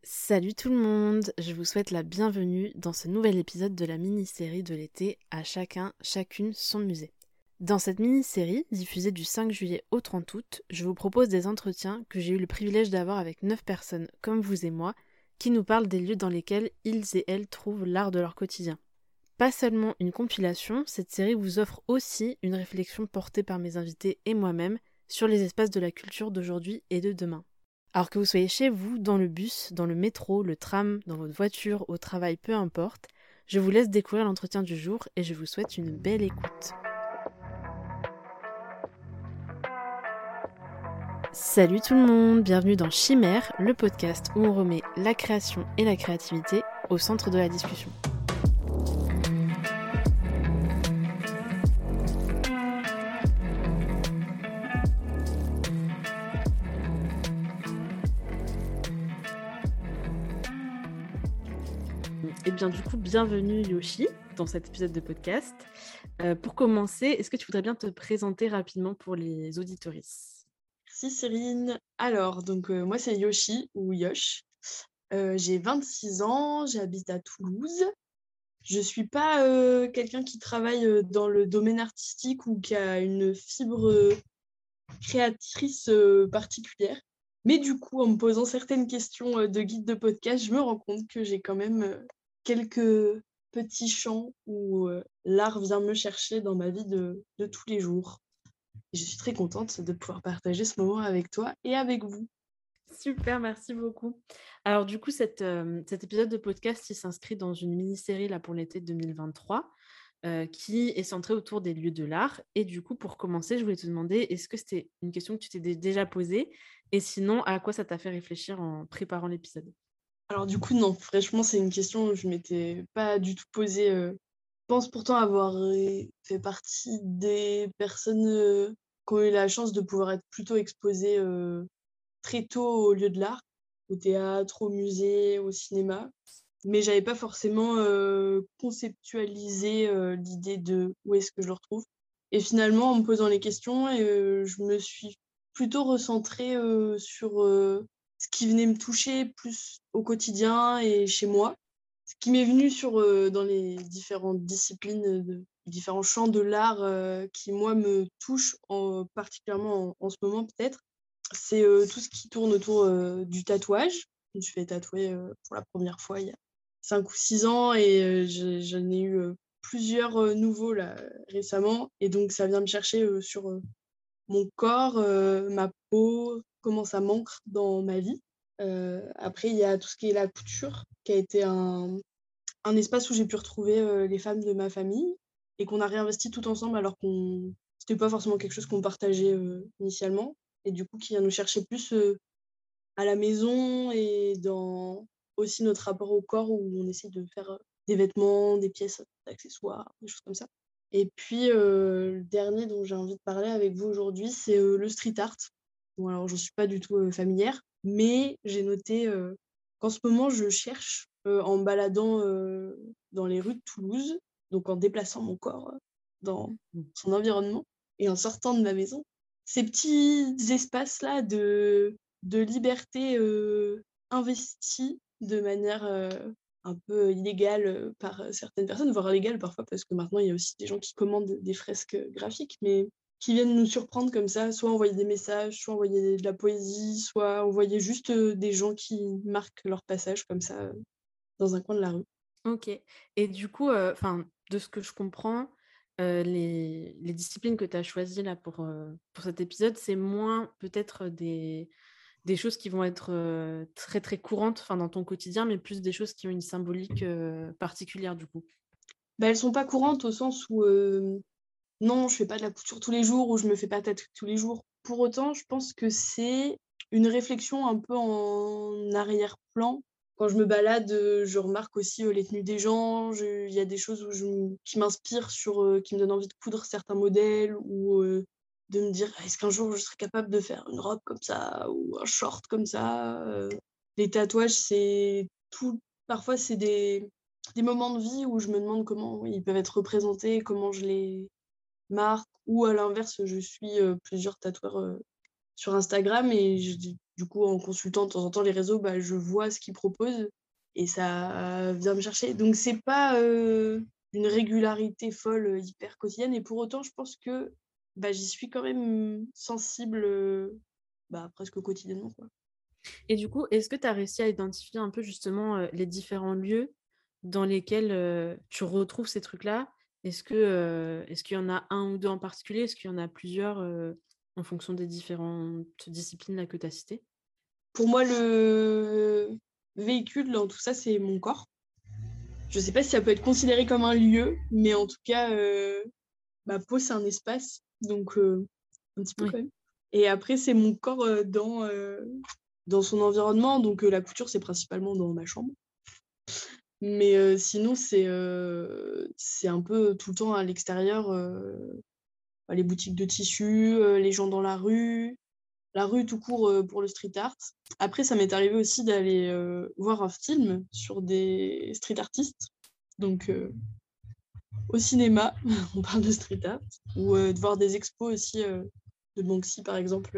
Salut tout le monde, je vous souhaite la bienvenue dans ce nouvel épisode de la mini-série de l'été À chacun, chacune son musée. Dans cette mini-série, diffusée du 5 juillet au 30 août, je vous propose des entretiens que j'ai eu le privilège d'avoir avec 9 personnes comme vous et moi, qui nous parlent des lieux dans lesquels ils et elles trouvent l'art de leur quotidien. Pas seulement une compilation, cette série vous offre aussi une réflexion portée par mes invités et moi-même sur les espaces de la culture d'aujourd'hui et de demain. Alors que vous soyez chez vous, dans le bus, dans le métro, le tram, dans votre voiture, au travail, peu importe, je vous laisse découvrir l'entretien du jour et je vous souhaite une belle écoute. Salut tout le monde, bienvenue dans Chimère, le podcast où on remet la création et la créativité au centre de la discussion. Et bien du coup, bienvenue Yoshi dans cet épisode de podcast. Pour commencer, est-ce que tu voudrais bien te présenter rapidement pour les auditorices ? Merci Céline. Alors, moi c'est Yoshi ou Yosh. J'ai 26 ans, j'habite à Toulouse. Je suis pas quelqu'un qui travaille dans le domaine artistique ou qui a une fibre créatrice particulière. Mais du coup, en me posant certaines questions de guide de podcast, je me rends compte que j'ai quand même quelques petits champs où l'art vient me chercher dans ma vie de tous les jours. Et je suis très contente de pouvoir partager ce moment avec toi et avec vous. Super, merci beaucoup. Alors du coup, cet épisode de podcast, il s'inscrit dans une mini-série là, pour l'été 2023 qui est centrée autour des lieux de l'art. Et du coup, pour commencer, je voulais te demander, est-ce que c'était une question que tu t'es déjà posée? Et sinon, à quoi ça t'a fait réfléchir en préparant l'épisode? Alors du coup, non, franchement, c'est une question que je m'étais pas du tout posée. Je pense pourtant avoir fait partie des personnes qui ont eu la chance de pouvoir être plutôt exposées très tôt au lieu de l'art, au théâtre, au musée, au cinéma. Mais j'avais pas forcément conceptualisé l'idée de où est-ce que je le retrouve. Et finalement, en me posant les questions, je me suis plutôt recentrée sur ce qui venait me toucher plus au quotidien et chez moi. Ce qui m'est venu dans les différentes disciplines, différents champs de l'art qui, moi, me touchent particulièrement en ce moment peut-être, c'est tout ce qui tourne autour du tatouage. Je me suis fait tatouer pour la première fois il y a 5 ou 6 ans et j'en ai eu plusieurs nouveaux là, récemment. Et donc, ça vient me chercher sur mon corps, ma peau, comment ça m'ancre dans ma vie. Après, il y a tout ce qui est la couture, qui a été un espace où j'ai pu retrouver les femmes de ma famille et qu'on a réinvesti tout ensemble alors qu'on c'était pas forcément quelque chose qu'on partageait initialement. Et du coup, qui vient nous chercher plus à la maison et dans aussi notre rapport au corps où on essaie de faire des vêtements, des pièces, d'accessoires, des choses comme ça. Et puis, le dernier dont j'ai envie de parler avec vous aujourd'hui, c'est le street art. Bon, alors, je suis pas du tout familière, mais j'ai noté qu'en ce moment, je cherche en me baladant dans les rues de Toulouse, donc en déplaçant mon corps dans son environnement et en sortant de ma maison, ces petits espaces-là de liberté investie de manière un peu illégale par certaines personnes, voire légale parfois, parce que maintenant il y a aussi des gens qui commandent des fresques graphiques, mais qui viennent nous surprendre comme ça, soit envoyer des messages, soit envoyer de la poésie, soit envoyer juste des gens qui marquent leur passage comme ça dans un coin de la rue. Ok. Et du coup, de ce que je comprends, les disciplines que tu as choisies là pour cet épisode, c'est moins peut-être des choses qui vont être très très courantes dans ton quotidien, mais plus des choses qui ont une symbolique particulière du coup. Bah, elles sont pas courantes au sens où non, je fais pas de la couture tous les jours ou je me fais pas tatouer tous les jours. Pour autant, je pense que c'est une réflexion un peu en arrière-plan. Quand je me balade, je remarque aussi les tenues des gens. Il y a des choses qui m'inspirent qui me donnent envie de coudre certains modèles ou de me dire est-ce qu'un jour je serais capable de faire une robe comme ça ou un short comme ça. Les tatouages, c'est tout. Parfois, c'est des moments de vie où je me demande comment ils peuvent être représentés, comment je les marque, ou à l'inverse, je suis plusieurs tatoueurs sur Instagram et du coup, en consultant de temps en temps les réseaux, bah, je vois ce qu'ils proposent et ça vient me chercher. Donc c'est pas, une régularité folle, hyper quotidienne et pour autant, je pense que, bah, j'y suis quand même sensible, bah, presque quotidiennement, quoi. Et du coup, est-ce que tu as réussi à identifier un peu justement, les différents lieux dans lesquels, tu retrouves ces trucs-là? Est-ce qu'il y en a un ou 2 en particulier? Est-ce qu'il y en a plusieurs, en fonction des différentes disciplines là que tu as citées? Pour moi, le véhicule dans tout ça, c'est mon corps. Je sais pas si ça peut être considéré comme un lieu, mais en tout cas, ma peau, c'est un espace, donc un petit peu Oui, quand même. Et après, c'est mon corps, dans son environnement, donc la couture, c'est principalement dans ma chambre. Mais sinon, c'est un peu tout le temps à l'extérieur, bah, les boutiques de tissus, les gens dans la rue tout court, pour le street art. Après, ça m'est arrivé aussi d'aller, voir un film sur des street artistes, donc au cinéma, on parle de street art ou de voir des expos aussi, de Banksy, par exemple,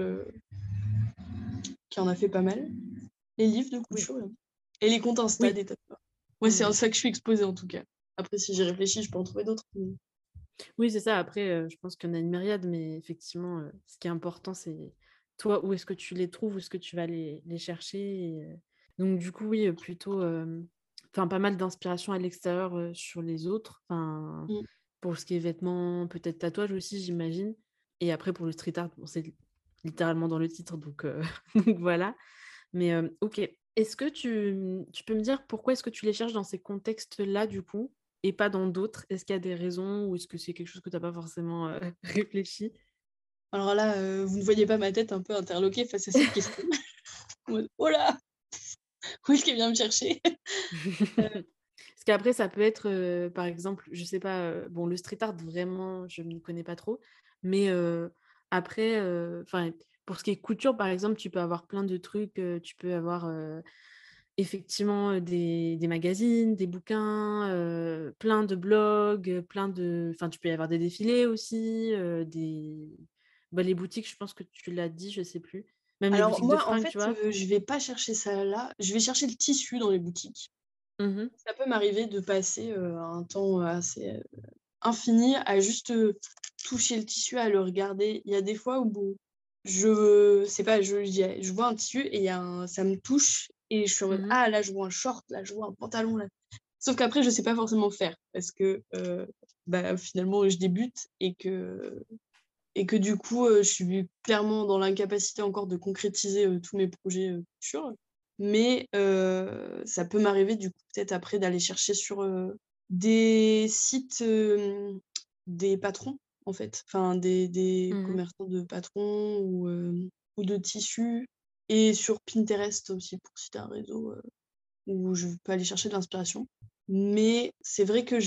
qui en a fait pas mal. Les livres de oui, couture, là et les comptes Insta oui. des tatoueurs. Moi, c'est en Mmh. ça que je suis exposée, en tout cas. Après, si j'y réfléchis, je peux en trouver d'autres, mais Oui, c'est ça. Après, je pense qu'il y en a une myriade, mais effectivement, ce qui est important, c'est toi, où est-ce que tu les trouves? Où est-ce que tu vas les chercher? Donc du coup, oui, plutôt, enfin, pas mal d'inspiration à l'extérieur, sur les autres. Enfin, mmh. pour ce qui est vêtements, peut-être tatouages aussi, j'imagine. Et après pour le street art, bon, c'est littéralement dans le titre, donc donc voilà. Mais OK. Est-ce que tu peux me dire pourquoi est-ce que tu les cherches dans ces contextes-là, du coup, et pas dans d'autres? Est-ce qu'il y a des raisons ou est-ce que c'est quelque chose que tu as pas forcément, réfléchi? Alors là, vous ne voyez pas ma tête un peu interloquée face à cette question. En mode: «Oh là! Où est-ce qu'elle vient me chercher?» Heu, Parce qu'après ça peut être, par exemple, je sais pas, bon le street art vraiment je m'y connais pas trop, mais après, enfin pour ce qui est couture par exemple, tu peux avoir plein de trucs, tu peux avoir, effectivement, des magazines, des bouquins, plein de blogs, plein de enfin, tu peux y avoir des défilés aussi, les boutiques, je pense que tu l'as dit, je sais plus. Même les alors boutiques de moi, en fringues, fait, tu vois? je vais pas chercher ça là, je vais chercher le tissu dans les boutiques. Mmh. Ça peut m'arriver de passer, un temps assez, infini à juste, toucher le tissu, à le regarder. Il y a des fois où bon, je sais pas, je vois un tissu et il y a un ça me touche et je suis en mode: Mmh. «Ah là, je vois un short, là, je vois un pantalon, là». Sauf qu'après, je sais pas forcément faire parce que, bah, finalement, je débute et que du coup, je suis clairement dans l'incapacité encore de concrétiser, tous mes projets, futurs. Mais ça peut m'arriver du coup peut-être après d'aller chercher sur, des sites, des patrons en fait, enfin des Mmh. commerçants de patrons ou de tissus et sur Pinterest aussi pour citer un réseau, où je peux aller chercher de l'inspiration. Mais c'est vrai que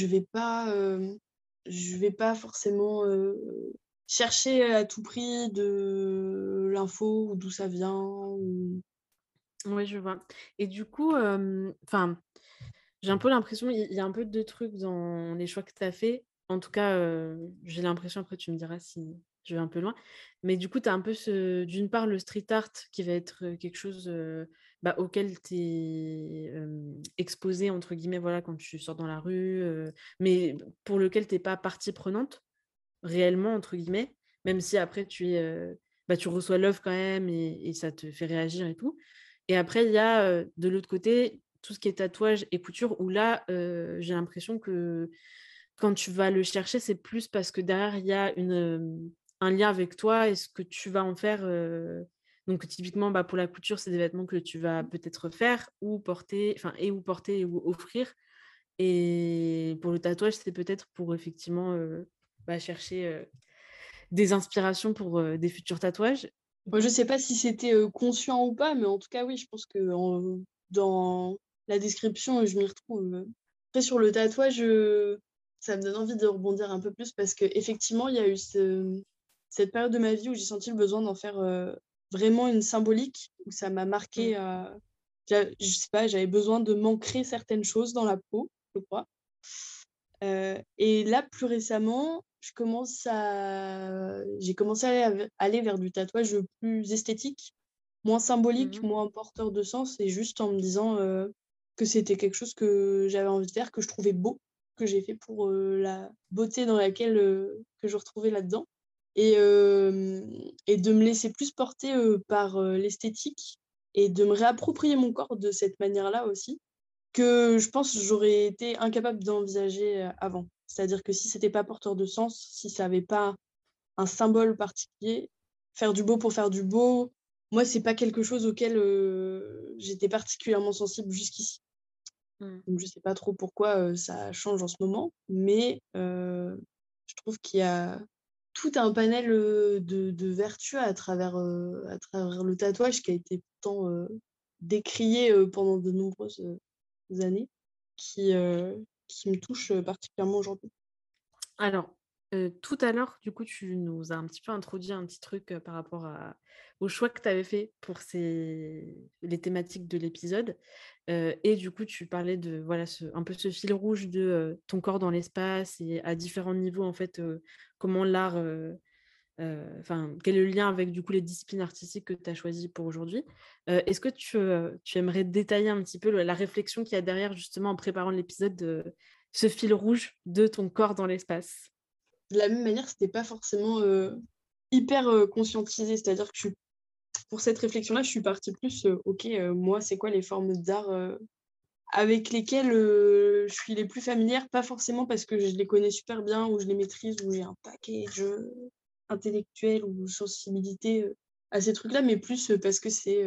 je vais pas forcément, chercher à tout prix de l'info ou d'où ça vient ou Ouais, je vois. Et du coup, enfin, j'ai un peu l'impression, il y a un peu 2 trucs dans les choix que tu as faits. En tout cas, j'ai l'impression, après tu me diras si je vais un peu loin. Mais du coup, tu as un peu d'une part, le street art qui va être, quelque chose, auquel tu es, «exposée» entre guillemets, voilà, quand tu sors dans la rue, mais pour lequel tu es pas partie prenante, réellement, entre guillemets, même si après tu reçois l'œuvre quand même et ça te fait réagir et tout. Et après il y a, de l'autre côté, tout ce qui est tatouage et couture où là, j'ai l'impression que quand tu vas le chercher, c'est plus parce que derrière il y a un lien avec toi et ce que tu vas en faire, donc typiquement, pour la couture, c'est des vêtements que tu vas peut-être faire ou porter, enfin ou porter ou offrir. Et pour le tatouage, c'est peut-être pour effectivement, chercher, des inspirations pour, des futurs tatouages. moi, je sais pas si c'était, conscient ou pas, mais en tout cas, oui, je pense que dans la description, je m'y retrouve, Après sur le tatouage, ça me donne envie de rebondir un peu plus parce qu'effectivement, il y a eu cette période de ma vie où j'ai senti le besoin d'en faire, vraiment une symbolique, où ça m'a Mmh. marquée, je sais pas, j'avais besoin de m'ancrer certaines choses dans la peau, je crois. Et là, plus récemment, j'ai commencé à aller vers du tatouage plus esthétique. moins symbolique, Mmh. moins porteur de sens et juste en me disant, que c'était quelque chose que j'avais envie de faire, que je trouvais beau, que j'ai fait pour, la beauté dans laquelle, que je retrouvais là-dedans et de me laisser plus porter, par, l'esthétique et de me réapproprier mon corps de cette manière-là aussi, que je pense j'aurais été incapable d'envisager, avant. C'est-à-dire que si c'était pas porteur de sens, si ça avait pas un symbole particulier, faire du beau pour faire du beau, moi, c'est pas quelque chose auquel, j'étais particulièrement sensible jusqu'ici. Mmh. Donc je sais pas trop pourquoi, ça change en ce moment, mais je trouve qu'il y a tout un panel, de vertus à travers le tatouage qui a été pourtant, décrié, pendant de nombreuses, années, qui me touche, particulièrement aujourd'hui. Alors, tout à l'heure, du coup, tu nous as un petit peu introduit un petit truc, par rapport au choix que tu avais fait pour les thématiques de l'épisode, et du coup, tu parlais de, voilà, un peu ce fil rouge de, ton corps dans l'espace et à différents niveaux, en fait, comment l'art, enfin, quel est le lien avec, du coup, les disciplines artistiques que tu as choisies pour aujourd'hui? Est-ce que tu aimerais détailler un petit peu la réflexion qu'il y a derrière, justement, en préparant l'épisode, de ce fil rouge de ton corps dans l'espace? De la même manière, c'était pas forcément, hyper, conscientisé. C'est-à-dire que pour cette réflexion-là, je suis partie plus, OK, moi, c'est quoi les formes d'art, avec lesquelles, je suis les plus familière? Pas forcément parce que je les connais super bien ou je les maîtrise ou j'ai un package, intellectuel ou sensibilité, à ces trucs-là, mais plus, parce que c'est,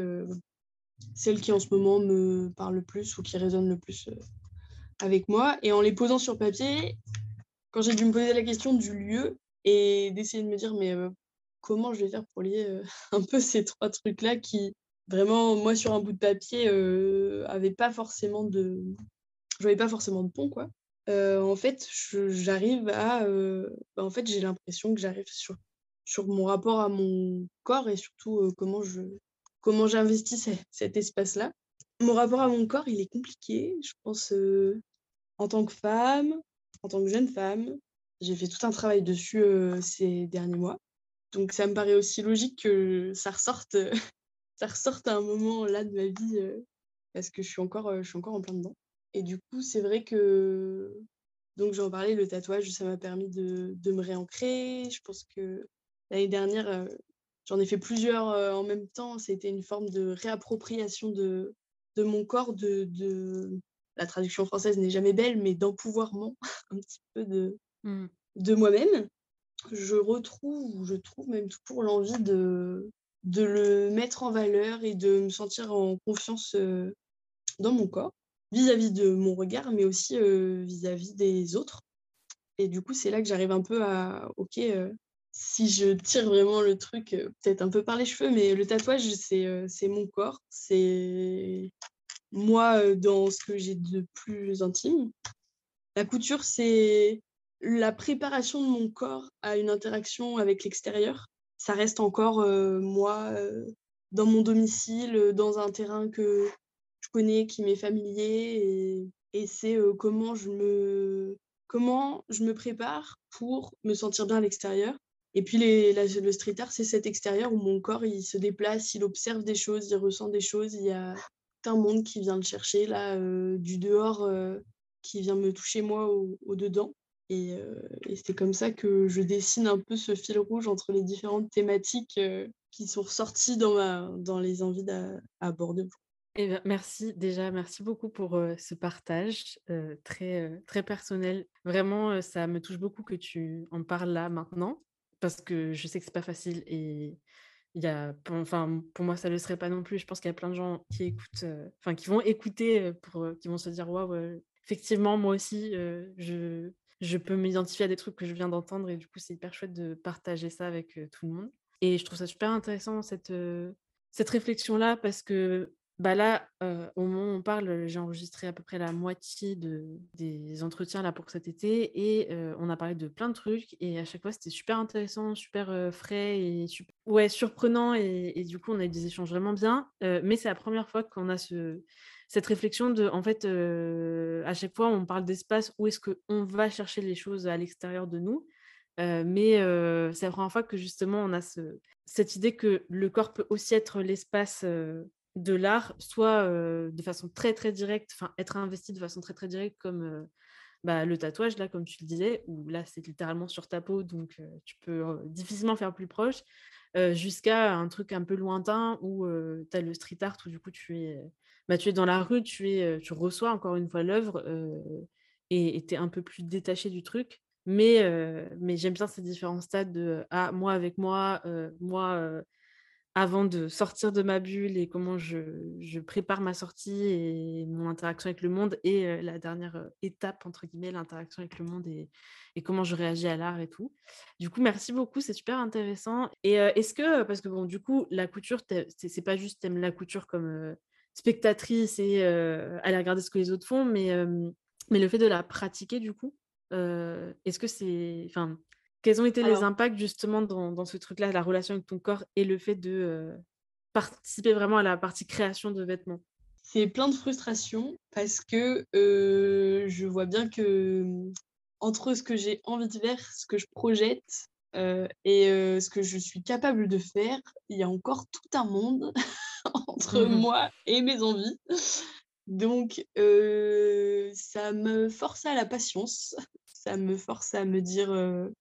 celles qui, en ce moment, me parlent le plus ou qui résonnent le plus, avec moi et en les posant sur papier, quand j'ai dû me poser la question du lieu et d'essayer de me dire: «Mais, comment je vais faire pour lier, un peu ces 3 trucs-là qui vraiment, moi, sur un bout de papier, avaient pas forcément de je voyais pas forcément de pont, quoi». En fait, j'arrive à, en fait, j'ai l'impression que j'arrive sur mon rapport à mon corps et surtout, comment j'investis cet espace-là. Mon rapport à mon corps, il est compliqué, je pense, en tant que femme, en tant que jeune femme, j'ai fait tout un travail dessus, ces derniers mois. Donc ça me paraît aussi logique que ça ressorte, ça ressorte à un moment là de ma vie, parce que je suis encore en plein dedans. Et du coup, c'est vrai que donc j'en parlais, le tatouage, ça m'a permis de me réancrer. Je pense que l'année dernière, j'en ai fait plusieurs, en même temps. C'était une forme de réappropriation de mon corps, de la traduction française n'est jamais belle, mais d'empouvoirment un petit peu Mmh. de moi-même. Je trouve même toujours l'envie de le mettre en valeur et de me sentir en confiance, dans mon corps, vis-à-vis de mon regard, mais aussi, vis-à-vis des autres. Et du coup, c'est là que j'arrive un peu à OK, si je tire vraiment le truc, peut-être un peu par les cheveux, mais le tatouage, c'est mon corps, c'est moi, dans ce que j'ai de plus intime. La couture, c'est la préparation de mon corps à une interaction avec l'extérieur. Ça reste encore, moi, dans mon domicile, dans un terrain que je connais, qui m'est familier et c'est, comment je me prépare pour me sentir bien à l'extérieur et puis le street art, c'est cet extérieur où mon corps, il se déplace, il observe des choses, il ressent des choses. Il y a tout un monde qui vient le chercher là, du dehors, qui vient me toucher moi au dedans et c'est comme ça que je dessine un peu ce fil rouge entre les différentes thématiques, qui sont ressorties dans les envies à aborder. Eh bien, merci déjà, merci beaucoup pour, ce partage, très, très personnel. Vraiment, ça me touche beaucoup que tu en parles là, maintenant, parce que je sais que c'est pas facile et il y a enfin, pour moi, ça le serait pas non plus. Je pense qu'il y a plein de gens qui écoutent, enfin, qui vont écouter, qui vont se dire: «Waouh, effectivement, moi aussi, je peux m'identifier à des trucs que je viens d'entendre» et du coup, c'est hyper chouette de partager ça avec, tout le monde et je trouve ça super intéressant cette réflexion-là parce que, bah, là, au moment où on parle, j'ai enregistré à peu près la moitié des entretiens là pour cet été et on a parlé de plein de trucs et à chaque fois c'était super intéressant, super, frais et ouais, surprenant et du coup on a eu des échanges vraiment bien, mais c'est la première fois qu'on a cette réflexion de en fait, à chaque fois on parle d'espace, où est-ce qu'on va chercher les choses à l'extérieur de nous, Mais c'est la première fois que justement on a cette idée que le corps peut aussi être l'espace, de l'art, soit, de façon très, très directe, enfin être investi de façon très, très directe comme, bah, le tatouage là, comme tu le disais, où là, c'est littéralement sur ta peau, donc tu peux, difficilement faire plus proche, jusqu'à un truc un peu lointain où, tu as le street art où du coup bah, tu es dans la rue, tu reçois encore une fois l'œuvre, et tu es un peu plus détaché du truc. Mais j'aime bien ces différents stades de, ah, moi avec moi, avant de sortir de ma bulle et comment je prépare ma sortie et mon interaction avec le monde et la dernière, étape entre guillemets, l'interaction avec le monde et comment je réagis à l'art et tout. Du coup, merci beaucoup, c'est super intéressant et est-ce que, parce que bon, du coup, la couture, c'est pas juste tu aimes la couture comme, spectatrice et aller regarder ce que les autres font, mais le fait de la pratiquer du coup, est-ce que c'est enfin, quels ont été les Alors, impacts justement dans ce truc-là, la relation avec ton corps et le fait de, participer vraiment à la partie création de vêtements? c'est plein de frustration parce que, je vois bien que, entre ce que j'ai envie de faire, ce que je projette, et ce que je suis capable de faire, il y a encore tout un monde entre Mmh mh. moi et mes envies. Donc ça me force à la patience, ça me force à me dire,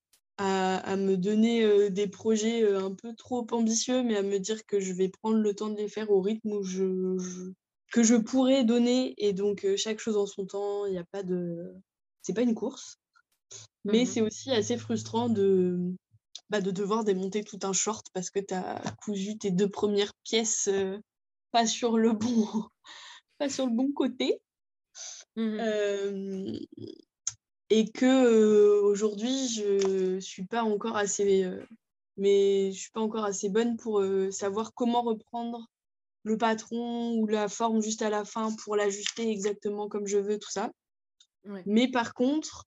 à me donner, des projets, un peu trop ambitieux, mais à me dire que je vais prendre le temps de les faire au rythme où je que je pourrais donner et donc chaque chose en son temps, il y a pas de c'est pas une course, mais Mmh. c'est aussi assez frustrant de, bah, de devoir démonter tout un short parce que tu as cousu tes 2 premières pièces, pas sur le bon pas sur le bon côté. Mmh. Hem Et que, aujourd'hui, je suis pas encore assez, mais je suis pas encore assez bonne pour, savoir comment reprendre le patron ou la forme juste à la fin pour l'ajuster exactement comme je veux, tout ça. Ouais. Mais par contre,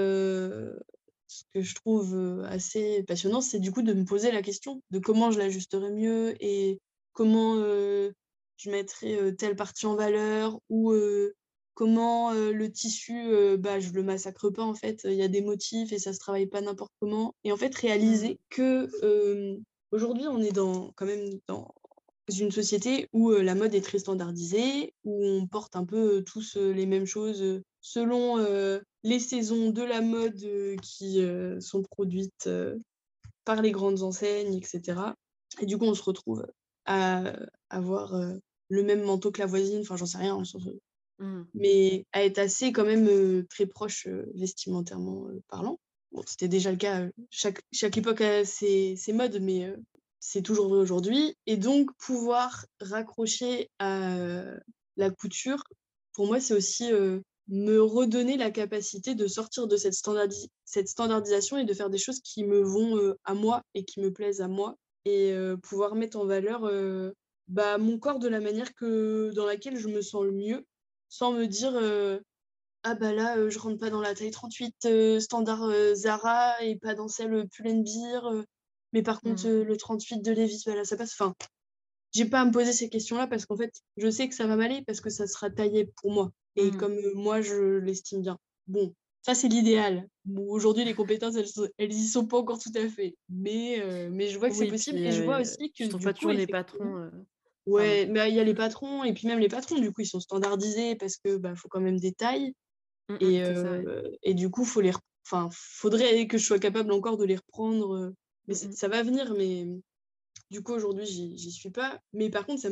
ce que je trouve, assez passionnant, c'est du coup de me poser la question de comment je l'ajusterais mieux et comment, je mettrais, telle partie en valeur ou, comment, le tissu, bah, je le massacre pas en fait. Il y a des motifs et ça se travaille pas n'importe comment et en fait Mmh. réaliser que, aujourd'hui on est quand même dans une société où, la mode est très standardisée, où on porte un peu, tous, les mêmes choses, selon, les saisons de la mode, qui, sont produites, par les grandes enseignes et cetera et du coup, on se retrouve à avoir, le même manteau que la voisine, enfin, j'en sais rien, dans le sens, Mmh. mais à être assez quand même, très proche, vestimentairement, parlant. Bon, c'était déjà le cas, chaque époque a ses modes, mais c'est toujours vrai aujourd'hui et donc pouvoir raccrocher à, la couture, pour moi, c'est aussi, me redonner la capacité de sortir de cette standardisation et de faire des choses qui me vont, à moi et qui me plaisent à moi et pouvoir mettre en valeur, bah, mon corps de la manière dans laquelle je me sens le mieux sans me dire, «Ah bah là, je rentre pas dans la taille 38, standard, Zara et pas dans celle, Pull&Bear, mais par contre, Mmh. le 38 de Levi's, bah là, ça passe». Enfin, j'ai pas à me poser ces questions-là parce qu'en fait, je sais que ça va m'aller parce que ça sera taillé pour moi et Mmh. comme, moi je l'estime bien. Bon, ça c'est l'idéal. Bon, aujourd'hui les compétences elles y sont pas encore tout à fait, mais je vois que c'est Oui, possible puis, et je vois aussi que tu trouves du pas coup toujours les effectivement patrons, pardon. ouais, bah, il y a les patrons et puis même les patrons du coup ils sont standardisés parce que, bah, faut quand même des tailles Mmh mh, c'est ça, ouais. et du coup faut enfin, faudrait que je sois capable encore de les reprendre, mais Mmh mh. ça va venir, mais du coup, aujourd'hui, j'y suis pas, mais par contre,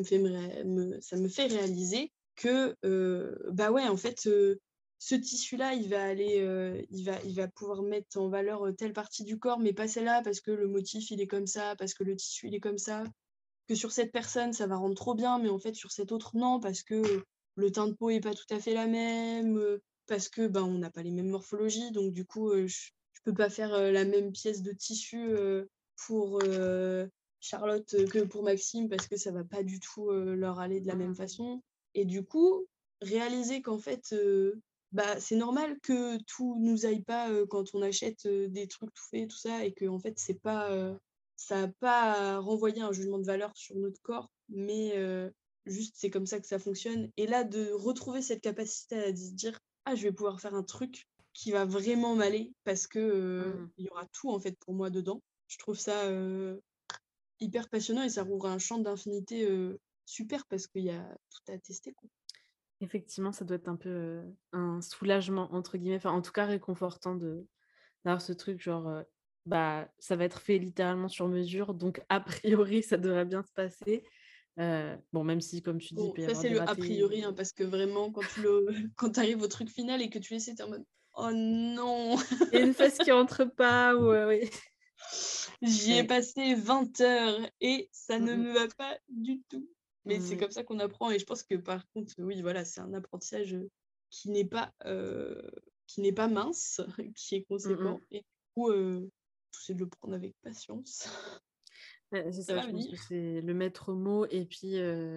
ça me fait réaliser que, bah, ouais, en fait, ce tissu-là, il va aller, il va pouvoir mettre en valeur, telle partie du corps, mais pas celle-là parce que le motif, il est comme ça, parce que le tissu, il est comme ça. Que sur cette personne, ça va rendre trop bien, mais en fait, sur cette autre, non, parce que, le teint de peau est pas tout à fait la même, parce que, ben, on n'a pas les mêmes morphologies, donc du coup, je peux pas faire, la même pièce de tissu, pour, Charlotte, que pour Maxime parce que ça va pas du tout, leur aller de la même Mmh. façon et du coup, réaliser qu'en fait, bah, c'est normal que tout nous aille pas, quand on achète, des trucs tout faits, tout ça et qu'en fait, c'est pas, ça a pas à renvoyer un jugement de valeur sur notre corps, mais juste c'est comme ça que ça fonctionne et là, de retrouver cette capacité à se dire: «Ah, je vais pouvoir faire un truc qui va vraiment m'aller parce que, Mmh. il y aura tout en fait pour moi dedans. Je trouve ça, hyper passionnant et ça rouvre un champ d'infinité, super parce qu'il y a tout à tester, quoi. Effectivement, ça doit être un peu, un «soulagement» entre guillemets, enfin, en tout cas réconfortant de d'avoir ce truc genre, bah, ça va être fait littéralement sur mesure, donc a priori, ça devrait bien se passer. Bon, même si comme tu dis, il Bon, peut y ça avoir c'est des le a ratés, priori, hein, parce que vraiment quand tu le quand tu arrives au truc final et que tu essaies, tu es en mode: «Oh non!» il y a une phase qui rentre pas ou oui. J'y ai Ouais. passé 20 heures et ça Mmh ne mh. me va pas du tout. Mais c'est Oui. comme ça qu'on apprend et je pense que par contre, oui, voilà, c'est un apprentissage, qui n'est pas, qui n'est pas mince, qui est Mmh mh. conséquent et du coup, c'est de le prendre avec patience. C'est Ça ça, va je pense que venir. c'est le maître mot et puis,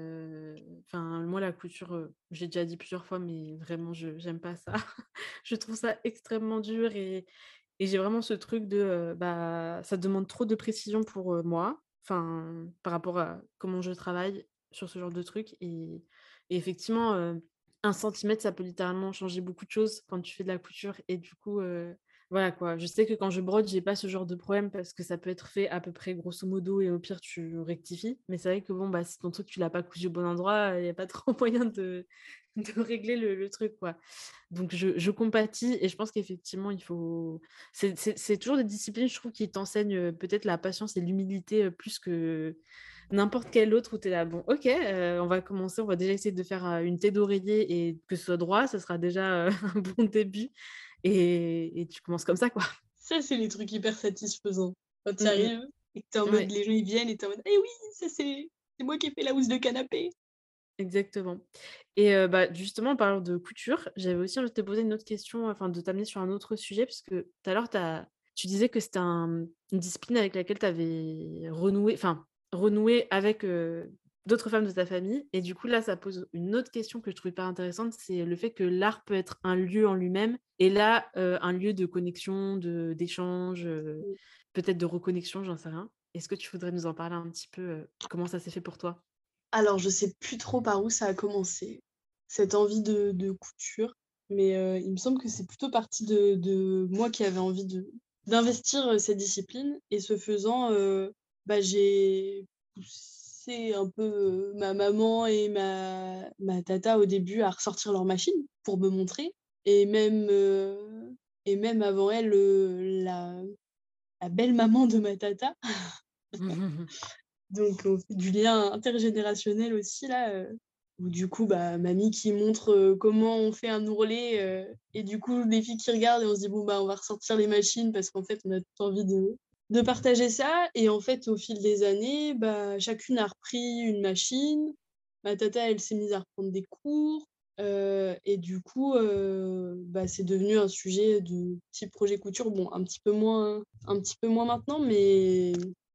enfin, moi, la couture, j'ai déjà dit plusieurs fois, mais vraiment, je j'aime pas ça. Je trouve ça extrêmement dur et j'ai vraiment ce truc de, bah, ça demande trop de précision pour, moi, enfin, par rapport à comment je travaille sur ce genre de truc et effectivement, 1 centimètre, ça peut littéralement changer beaucoup de choses quand tu fais de la couture et du coup, voilà quoi. Je sais que quand je brode, j'ai pas ce genre de problème parce que ça peut être fait à peu près grosso modo et au pire tu rectifies. Mais c'est vrai que bon, bah, si ton truc tu l'as pas cousu au bon endroit, il y a pas trop moyen de régler le truc quoi. Donc je compatis et je pense qu'effectivement il faut c'est toujours des disciplines je trouve qui t'enseignent, peut-être la patience et l'humilité, plus que n'importe quelle autre où tu es là: «Bon OK, on va commencer, on va déjà essayer de faire, une taie d'oreiller et que ce soit droit, ça sera déjà, un bon début» et tu commences comme ça quoi. Ça, c'est les trucs hyper satisfaisants. Quand tu y Mmh mh. arrives et que tu es en mode Ouais. les gens ils viennent et tu es en mode: «Eh oui, ça c'est moi qui ai fait la housse de canapé». Exactement et bah, justement en parlant de couture, j'avais aussi envie de te poser une autre question, enfin de t'amener sur un autre sujet puisque tout à l'heure tu disais que c'était une discipline avec laquelle tu avais renoué avec, d'autres femmes de ta famille et du coup là, ça pose une autre question que je trouve hyper intéressante, c'est le fait que l'art peut être un lieu en lui-même et là, un lieu de connexion, d'échange, peut-être de reconnexion, j'en sais rien. Est-ce que tu voudrais nous en parler un petit peu, comment ça s'est fait pour toi? Alors, je sais plus trop par où ça a commencé, cette envie de couture, mais il me semble que c'est plutôt parti de moi qui avais envie d'investir, cette discipline et ce faisant, bah, j'ai poussé un peu, ma maman et ma tata au début à ressortir leurs machines pour me montrer et même, et même avant elle, la belle-maman de ma tata. Donc on fait du lien intergénérationnel aussi là, où du coup, bah, mamie qui montre, comment on fait un ourlet, et du coup les filles qui regardent et on se dit: «Bon, bah, on va ressortir les machines» parce qu'en fait on a toute envie de partager ça et en fait au fil des années, bah, chacune a repris une machine. Ma tata, elle s'est mise à reprendre des cours, et du coup, bah, c'est devenu un sujet de petit projet couture. Bon, un petit peu moins maintenant, mais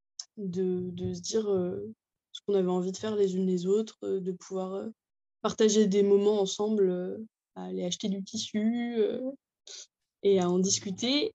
de se dire, ce qu'on avait envie de faire les unes les autres, de pouvoir, partager des moments ensemble, à aller acheter du tissu, et à en discuter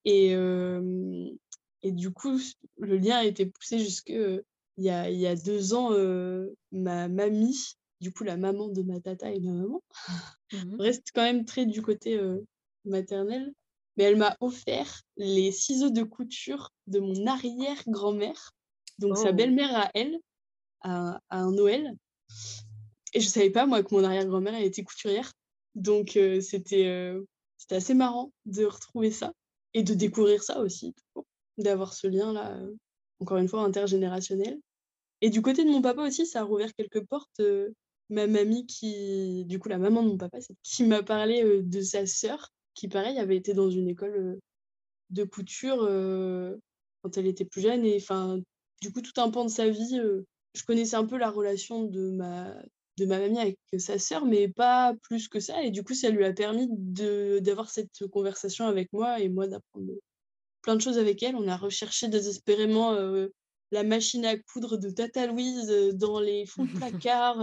et du coup, le lien a été poussé jusque, il y a 2 ans, ma mamie, du coup la maman de ma tata et ma maman, Mmh mh. reste quand même très du côté, maternel, mais elle m'a offert les ciseaux de couture de mon arrière-grand-mère, donc sa Oh! belle-mère à elle, à un Noël et je savais pas moi que mon arrière-grand-mère elle était couturière, donc c'était assez marrant de retrouver ça et de découvrir ça aussi, tout court, d'avoir ce lien-là, encore une fois intergénérationnel et du côté de mon papa aussi, ça a rouvert quelques portes, ma mamie qui du coup la maman de mon papa, c'est qui m'a parlé, de sa sœur qui pareil avait été dans une école, de couture, quand elle était plus jeune et enfin, du coup, tout un pan de sa vie, je connaissais un peu la relation de ma mamie avec sa sœur, mais pas plus que ça et du coup, ça lui a permis d'avoir cette conversation avec moi et moi d'apprendre, plein de choses avec elle. On a recherché désespérément, la machine à coudre de tata Louise, dans les fonds de placard,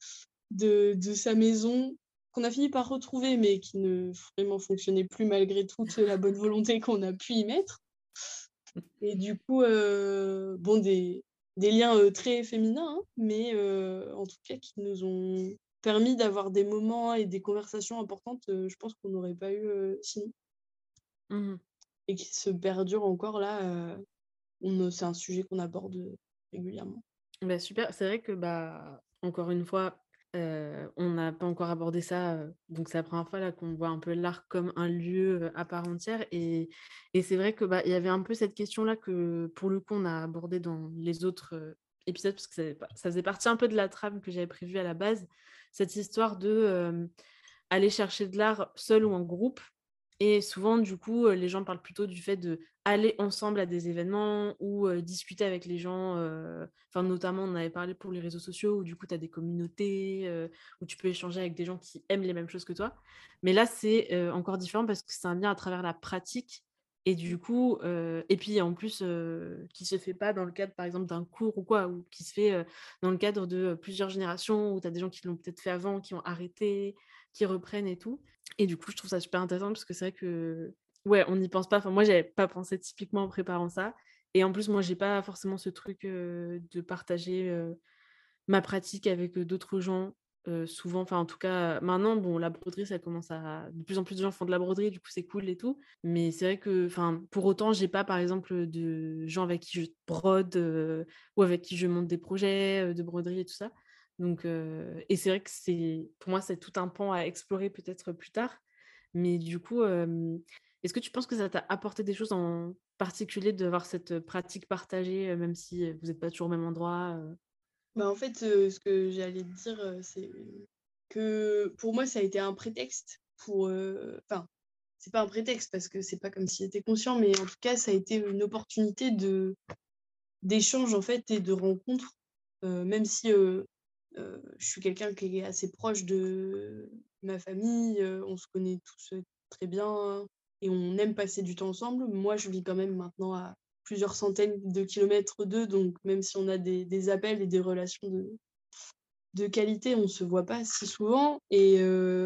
de sa maison, qu'on a fini par retrouver, mais qui ne vraiment fonctionnait plus malgré toute la bonne volonté qu'on a pu y mettre et du coup, bon des liens, très féminins, hein, mais en tout cas qui nous ont permis d'avoir des moments et des conversations importantes, je pense qu'on n'aurait pas eu, sinon. Mmh. et qui se perdure encore là, c'est un sujet qu'on aborde, régulièrement. Bah, super. C'est vrai que, encore une fois, on n'a pas encore abordé ça, donc c'est la première fois là qu'on voit un peu l'art comme un lieu, à part entière et c'est vrai que, il y avait un peu cette question-là que, pour le coup, on a abordé dans les autres, épisodes parce que ça faisait partie un peu de la trame que j'avais prévue à la base. Cette histoire de, aller chercher de l'art seul ou en groupe et souvent du coup, les gens parlent plutôt du fait d'aller ensemble à des événements ou, discuter avec les gens, enfin notamment on avait parlé pour les réseaux sociaux où du coup tu as des communautés, où tu peux échanger avec des gens qui aiment les mêmes choses que toi. Mais là c'est, encore différent parce que c'est un lien à travers la pratique et du coup, et puis en plus, qui se fait pas dans le cadre par exemple d'un cours ou quoi, ou qui se fait, dans le cadre de, plusieurs générations où tu as des gens qui l'ont peut-être fait avant, qui ont arrêté, qui reprennent et tout. Et du coup, je trouve ça super intéressant parce que c'est vrai que, ouais, on n'y pense pas. Enfin, moi, j'avais pas pensé typiquement en préparant ça. Et en plus, moi, j'ai pas forcément ce truc de partager ma pratique avec d'autres gens. Souvent, enfin, en tout cas, maintenant, bon, la broderie, ça commence à. De plus en plus de gens font de la broderie, du coup, c'est cool et tout. Mais c'est vrai que, enfin, pour autant, j'ai pas, par exemple, de gens avec qui je brode ou avec qui je monte des projets de broderie et tout ça. Donc, et c'est vrai que pour moi, c'est tout un pan à explorer peut-être plus tard. Mais du coup, est-ce que tu penses que ça t'a apporté des choses en particulier d'avoir cette pratique partagée, même si vous n'êtes pas toujours au même endroit Bah, en fait, ce que j'allais te dire, c'est que pour moi, ça a été un prétexte pour, enfin, c'est pas un prétexte parce que c'est pas comme s'il était conscient, mais en tout cas, ça a été une opportunité d'échange, en fait et de rencontre, même si, je suis quelqu'un qui est assez proche de ma famille, on se connaît tous, très bien et on aime passer du temps ensemble. Moi, je vis quand même maintenant à plusieurs centaines de kilomètres d'eux, donc même si on a des appels et des relations de qualité, on se voit pas si souvent et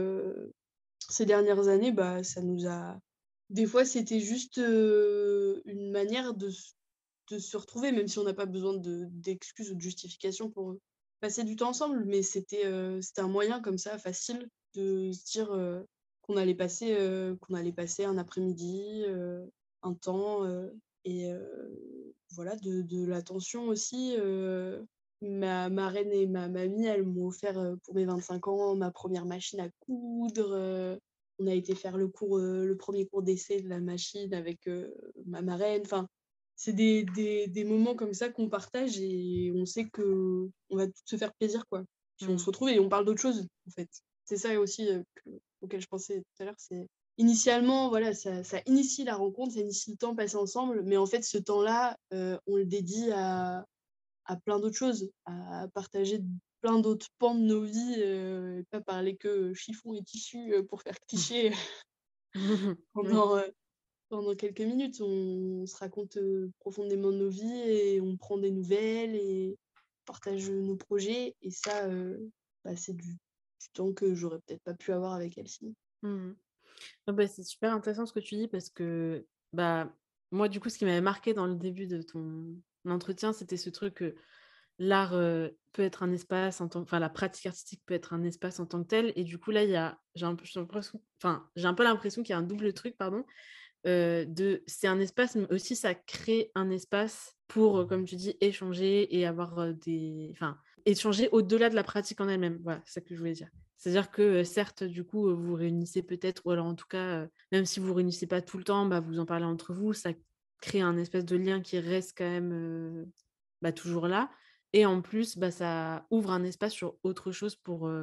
ces dernières années, ça nous a des fois, c'était juste, une manière de se retrouver, même si on n'a pas besoin d'excuses ou de justifications pour, passer du temps ensemble. Mais c'était un moyen comme ça facile de se dire, qu'on allait passer un après-midi, un temps, et voilà, de l'attention aussi, ma marraine et ma mamie, elles m'ont offert, pour mes 25 ans, ma première machine à coudre, on a été faire le 1er cours d'essai de la machine avec, ma marraine. Enfin, c'est des moments comme ça qu'on partage et on sait qu'on va tous se faire plaisir, quoi. Puis on Mmh. se retrouve et on parle d'autre chose, en fait. C'est ça aussi, auquel je pensais tout à l'heure, c'est initialement, voilà, ça initie la rencontre, ça initie le temps passé ensemble, mais en fait, ce temps-là, on le dédie à plein d'autres choses, à partager plein d'autres pans de nos vies, et pas parler que chiffon et tissu, pour faire cliché Oui. pendant, pendant quelques minutes. On se raconte, profondément nos vies et on prend des nouvelles et partage, nos projets et ça, c'est du temps que j'aurais peut-être pas pu avoir avec elle sinon. Mmh. Ah c'est super intéressant ce que tu dis parce que, bah, moi, du coup, ce qui m'avait marqué dans le début de ton entretien, c'était ce truc que l'art, peut être un espace en tant enfin, la pratique artistique peut être un espace en tant que tel et du coup, là, il y a j'ai l'impression enfin, j'ai un peu l'impression qu'il y a un double truc, pardon. C'est un espace, mais aussi ça crée un espace pour, comme tu dis, échanger et avoir, échanger au-delà de la pratique en elle-même. Voilà, c'est ça que je voulais dire. C'est-à-dire que, certes, du coup, vous vous réunissez peut-être ou alors en tout cas, même si vous vous réunissez pas tout le temps, vous en parlez entre vous, ça crée un espèce de lien qui reste quand même, toujours là et en plus, ça ouvre un espace sur autre chose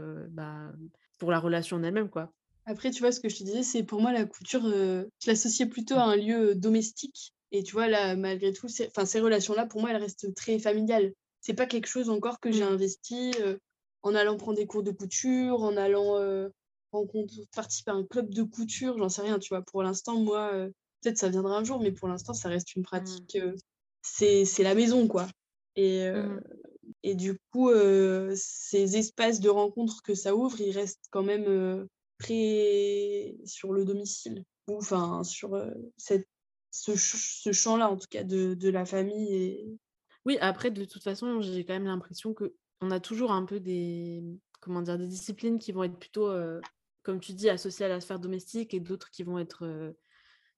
pour la relation en elle-même, quoi. Après, tu vois, ce que je te disais, c'est pour moi la couture, je l'associais plutôt à un lieu, domestique et tu vois, là, malgré tout, ces relations-là, pour moi, elles restent très familiales. C'est pas quelque chose encore que j'ai Mmh. investi, en allant prendre des cours de couture, en allant, participer à un club de couture, j'en sais rien, tu vois? Pour l'instant, moi, peut-être ça viendra un jour, mais pour l'instant, ça reste une pratique, Mmh. c'est la maison, quoi et Mmh. du coup, ces espaces de rencontre que ça ouvre, ils restent quand même, très sur le domicile ou enfin sur, ce champ-là en tout cas de la famille et Oui, après, de toute façon, j'ai quand même l'impression que on a toujours un peu des, comment dire? Des disciplines qui vont être plutôt, comme tu dis, associées à la sphère domestique et d'autres qui vont être,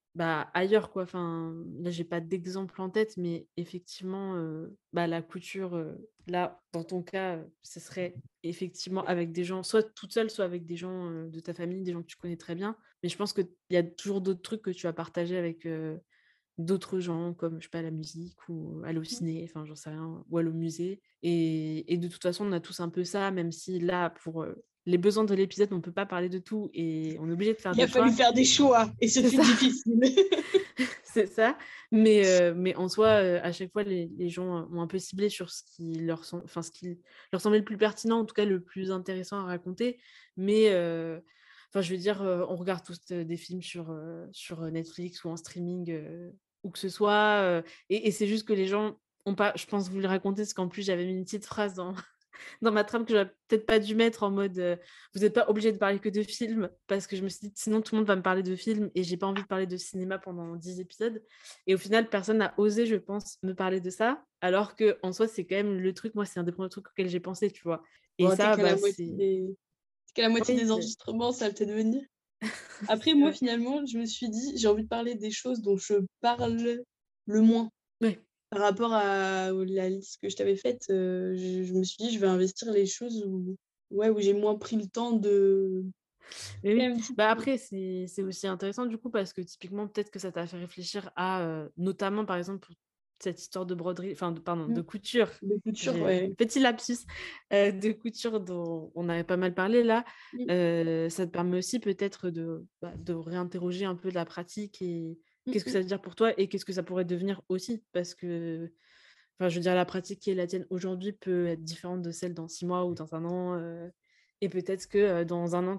ailleurs, quoi. Enfin, là, j'ai pas d'exemple en tête, mais effectivement, la couture, là, dans ton cas, ce serait effectivement avec des gens, soit toute seule, soit avec des gens de ta famille, des gens que tu connais très bien. Mais je pense qu'il y a toujours d'autres trucs que tu as partagé avec d'autres gens, comme, je sais pas, la musique ou aller au ciné, enfin, j'en sais rien, ou aller au musée. Et de toute façon, on a tous un peu ça, même si là, pour les besoins de l'épisode, on peut pas parler de tout et on est obligé de faire Il des a fallu choix. faire des choix et ce C'est fut ça. difficile. C'est ça. Mais en soi, à chaque fois, les gens ont un peu ciblé sur ce qui leur, enfin, ce qui leur semblait le plus pertinent, en tout cas le plus intéressant à raconter. Mais enfin, je veux dire, on regarde tous des films sur Netflix ou en streaming, où que ce soit. Et c'est juste que les gens ont pas, je pense, voulu raconter, parce qu'en plus, j'avais mis une petite phrase dans ma trame que j'aurais peut-être pas dû mettre en mode vous n'êtes pas obligé de parler que de films, parce que je me suis dit sinon tout le monde va me parler de films et j'ai pas envie de parler de cinéma pendant 10 épisodes. Et au final, personne n'a osé, je pense, me parler de ça, alors que en soi, c'est quand même le truc, moi, c'est un des premiers trucs auxquels j'ai pensé, tu vois. Et Bon, ça, c'est. t'es qu'à la moitié Oui, des enregistrements, ça va peut-être venir. Après, c'est moi, vrai. finalement, je me suis dit, j'ai envie de parler des choses dont je parle le moins. Ouais. Par rapport à la liste que je t'avais faite, je me suis dit, je vais investir les choses où j'ai moins pris le temps de... Mais Quand oui, même, après, c'est aussi intéressant du coup, parce que typiquement, peut-être que ça t'a fait réfléchir à, notamment par exemple, pour cette histoire de broderie, enfin, pardon, de couture. de couture, J'ai ouais. petit lapsus de couture dont on avait pas mal parlé là. Mm, Ça te permet aussi peut-être de réinterroger un peu la pratique et mm, qu'est-ce que mm. ça veut dire pour toi et qu'est-ce que ça pourrait devenir aussi, parce que, enfin, je veux dire, la pratique qui est la tienne aujourd'hui peut être différente de celle dans 6 mois ou dans un an. Et peut-être que dans un an,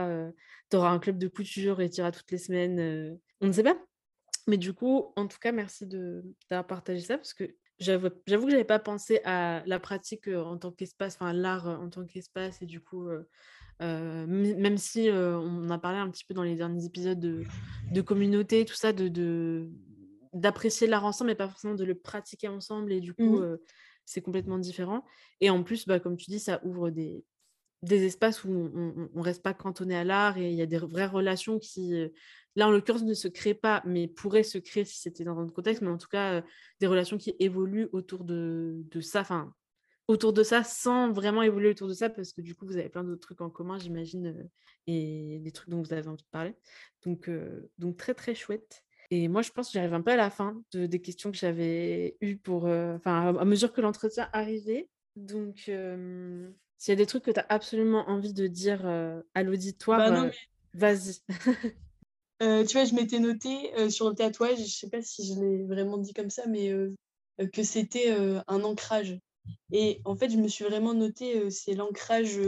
tu auras un club de couture et tu iras toutes les semaines. On ne sait pas. Mais du coup, en tout cas, merci d'avoir partagé ça, parce que j'avoue que j'avais pas pensé à la pratique en tant qu'espace, enfin l'art en tant qu'espace. Et du coup, même si on a parlé un petit peu dans les derniers épisodes de communauté, tout ça, d'apprécier l'art ensemble, mais pas forcément de le pratiquer ensemble. Et du coup, Mhm. c'est complètement différent. Et en plus, comme tu dis, ça ouvre des espaces où on reste pas cantonné à l'art, et il y a des vraies relations qui, là en l'occurrence, ne se créent pas, mais pourraient se créer si c'était dans un autre contexte, mais en tout cas, des relations qui évoluent autour de ça, enfin, autour de ça, sans vraiment évoluer autour de ça, parce que du coup, vous avez plein d'autres trucs en commun, j'imagine, et des trucs dont vous avez envie de parler. Donc très, très chouette. Et moi, je pense que j'arrive un peu à la fin des questions que j'avais eues enfin, à mesure que l'entretien arrivait. Donc, s'il y a des trucs que tu as absolument envie de dire à l'auditoire, Bah non, vas-y. tu vois, je m'étais noté sur le tatouage, je sais pas si je l'ai vraiment dit comme ça, mais que c'était un ancrage. Et en fait, je me suis vraiment noté, c'est l'ancrage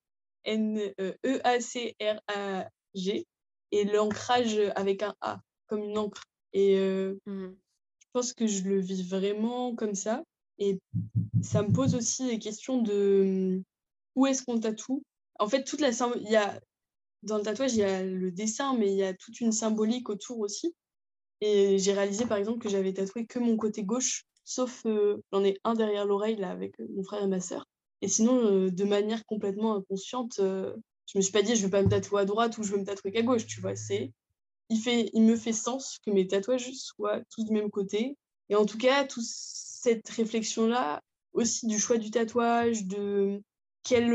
EACRAG et l'ancrage avec un A, comme une encre. Et Mhm. je pense que je le vis vraiment comme ça. Et ça me pose aussi des questions de où est-ce qu'on tatoue. En fait, il y a, dans le tatouage, il y a le dessin, mais il y a toute une symbolique autour aussi. Et j'ai réalisé par exemple que j'avais tatoué que mon côté gauche, sauf j'en ai un derrière l'oreille là avec mon frère et ma sœur. Et sinon, de manière complètement inconsciente, je me suis pas dit je vais pas me tatouer à droite ou je vais me tatouer qu'à gauche, tu vois. Il me fait sens que mes tatouages soient tous du même côté. Et en tout cas, toute cette réflexion-là, aussi du choix du tatouage, de quelle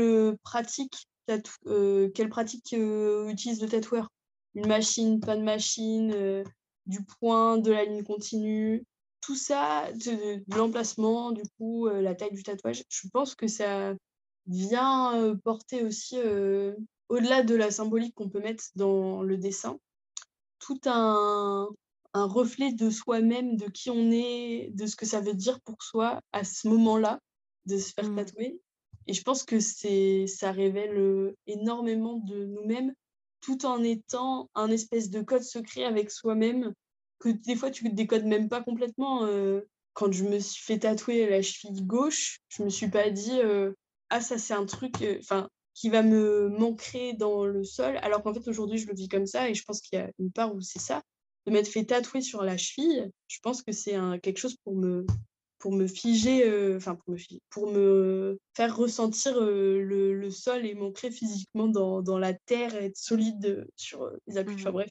quelle pratique utilise le tatoueur. Une machine, pas de machine, du point, de la ligne continue, tout ça, de l'emplacement, du coup, la taille du tatouage. Je pense que ça vient porter aussi, au-delà de la symbolique qu'on peut mettre dans le dessin, tout un reflet de soi-même, de qui on est, de ce que ça veut dire pour soi à ce moment-là, de se faire Mhm. tatouer. Et je pense que ça révèle énormément de nous-mêmes, tout en étant un espèce de code secret avec soi-même, que des fois tu ne décodes même pas complètement. Quand je me suis fait tatouer la cheville gauche, je me suis pas dit ah ça c'est un truc, enfin qui va me m'ancrer dans le sol, alors qu'en fait aujourd'hui je le vis comme ça et je pense qu'il y a une part où c'est ça, de m'être fait tatouer sur la cheville, je pense que c'est quelque chose pour me figer, enfin pour me faire ressentir le sol et m'ancrer physiquement dans la terre et être solide sur les appuis, enfin Mhm. bref.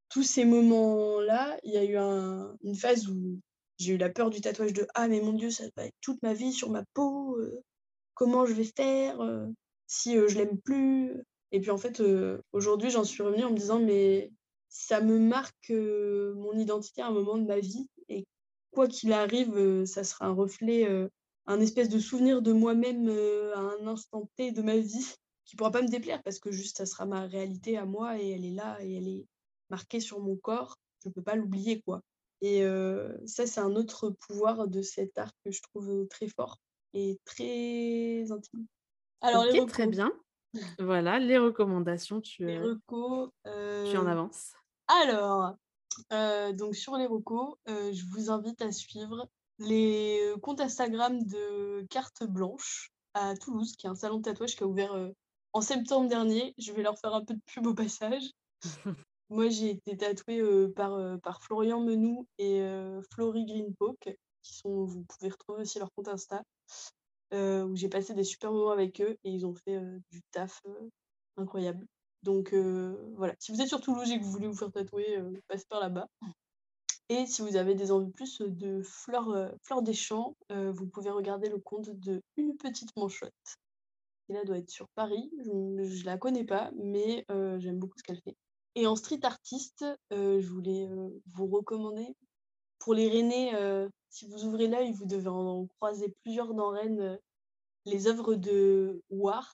tous ces moments-là, il y a eu une phase où j'ai eu la peur du tatouage de: «Ah mais mon Dieu, ça va être toute ma vie sur ma peau, comment je vais faire, si, je l'aime plus?» Et puis en fait, aujourd'hui, j'en suis revenue en me disant: «Mais ça me marque, mon identité à un moment de ma vie et quoi qu'il arrive, ça sera un reflet, un espèce de souvenir de moi-même, à un instant T de ma vie qui pourra pas me déplaire parce que juste ça sera ma réalité à moi et elle est là et elle est marquée sur mon corps. Je peux pas l'oublier, quoi». Et ça, c'est un autre pouvoir de cet art que je trouve, très fort et très intime. Alors les OK, très recos. bien. Voilà, les recommandations, Les recos, tu es en avance. alors, donc sur les recos, je vous invite à suivre les, comptes Instagram de Carte Blanche à Toulouse, qui est un salon de tatouage qui a ouvert, en septembre dernier. Je vais leur faire un peu de pub au passage. Moi, j'ai été tatouée, par Florian Menou et Flory Greenpoke, vous pouvez retrouver aussi leur compte Insta, où j'ai passé des super moments avec eux et ils ont fait, du taf, incroyable. Donc voilà, si vous êtes sur Toulouse et que vous voulez vous faire tatouer, passez par là-bas. Et si vous avez des envies plus, de Fleur des Champs, vous pouvez regarder le compte de Une Petite Manchotte, qui là doit être sur Paris. Je la connais pas, mais j'aime beaucoup ce qu'elle fait. Et en street artiste, je voulais, vous recommander pour les Rennais, si vous ouvrez l'œil, vous devez en croiser plusieurs dans Rennes, les œuvres de War,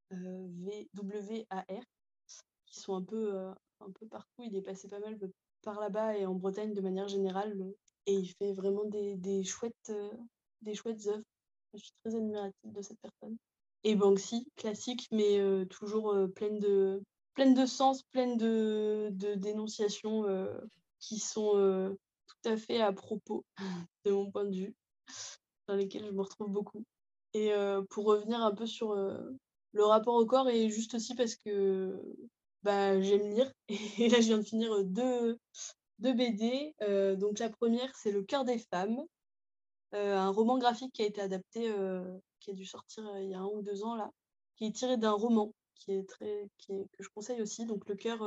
WAR, qui sont un peu partout. Il est passé pas mal par là-bas et en Bretagne de manière générale, et il fait vraiment des chouettes œuvres. Je suis très admirative de cette personne. Et Banksy, classique, mais toujours pleine de sens, pleine de dénonciations qui sont tout à fait à propos de mon point de vue, dans lesquelles je me retrouve beaucoup. Et pour revenir un peu sur le rapport au corps, et juste aussi parce que bah, j'aime lire, et là je viens de finir deux BD. Donc la première, c'est Le cœur des femmes, un roman graphique qui a été adapté, qui a dû sortir il y a 1 ou 2 ans là, qui est tiré d'un roman que je conseille aussi. Donc Le cœur,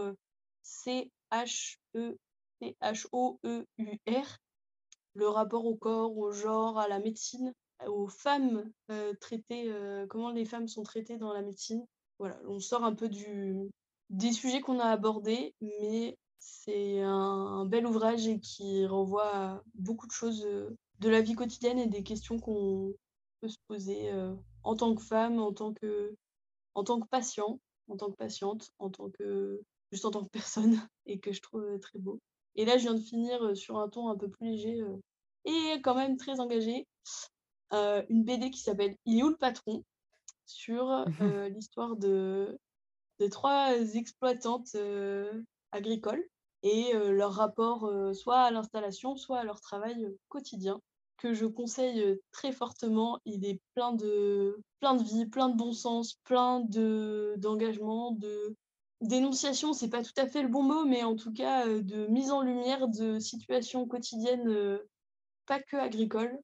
CHEPHOEUR, le rapport au corps, au genre, à la médecine, aux femmes traitées, comment les femmes sont traitées dans la médecine. Voilà, on sort un peu des sujets qu'on a abordés, mais c'est un bel ouvrage et qui renvoie à beaucoup de choses de la vie quotidienne et des questions qu'on peut se poser en tant que femme, en tant que patient, en tant que patiente, juste en tant que personne, et que je trouve très beau. Et là, je viens de finir sur un ton un peu plus léger et quand même très engagé, une BD qui s'appelle Il est où le patron, sur l'histoire de 3 exploitantes agricoles et leur rapport soit à l'installation, soit à leur travail quotidien, que je conseille très fortement. Il est plein de vie, plein de bon sens, d'engagement, de dénonciation, c'est pas tout à fait le bon mot, mais en tout cas de mise en lumière de situations quotidiennes, pas que agricoles,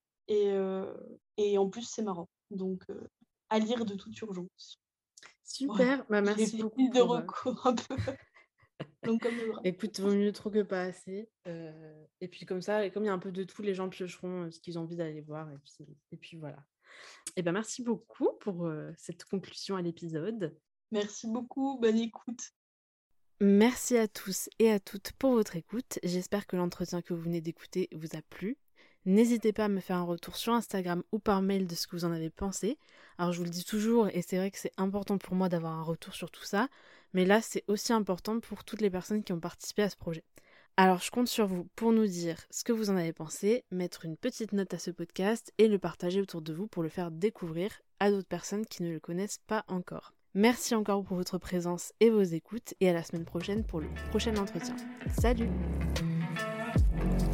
et en plus c'est marrant. Donc à lire de toute urgence. Voilà, Super, bah, j'ai merci fait beaucoup liste de pour, recours un peu long comme le bras. écoute, vaut mieux trop que pas assez, et puis comme ça, et comme il y a un peu de tout, les gens piocheront, ce qu'ils ont envie d'aller voir, et puis voilà. Et ben, merci beaucoup pour, cette conclusion à l'épisode. Merci beaucoup, bonne écoute. Merci à tous et à toutes pour votre écoute. J'espère que l'entretien que vous venez d'écouter vous a plu. N'hésitez pas à me faire un retour sur Instagram ou par mail de ce que vous en avez pensé. Alors je vous le dis toujours, et c'est vrai que c'est important pour moi d'avoir un retour sur tout ça, mais là c'est aussi important pour toutes les personnes qui ont participé à ce projet. Alors je compte sur vous pour nous dire ce que vous en avez pensé, mettre une petite note à ce podcast et le partager autour de vous pour le faire découvrir à d'autres personnes qui ne le connaissent pas encore. Merci encore pour votre présence et vos écoutes, et à la semaine prochaine pour le prochain entretien. Salut!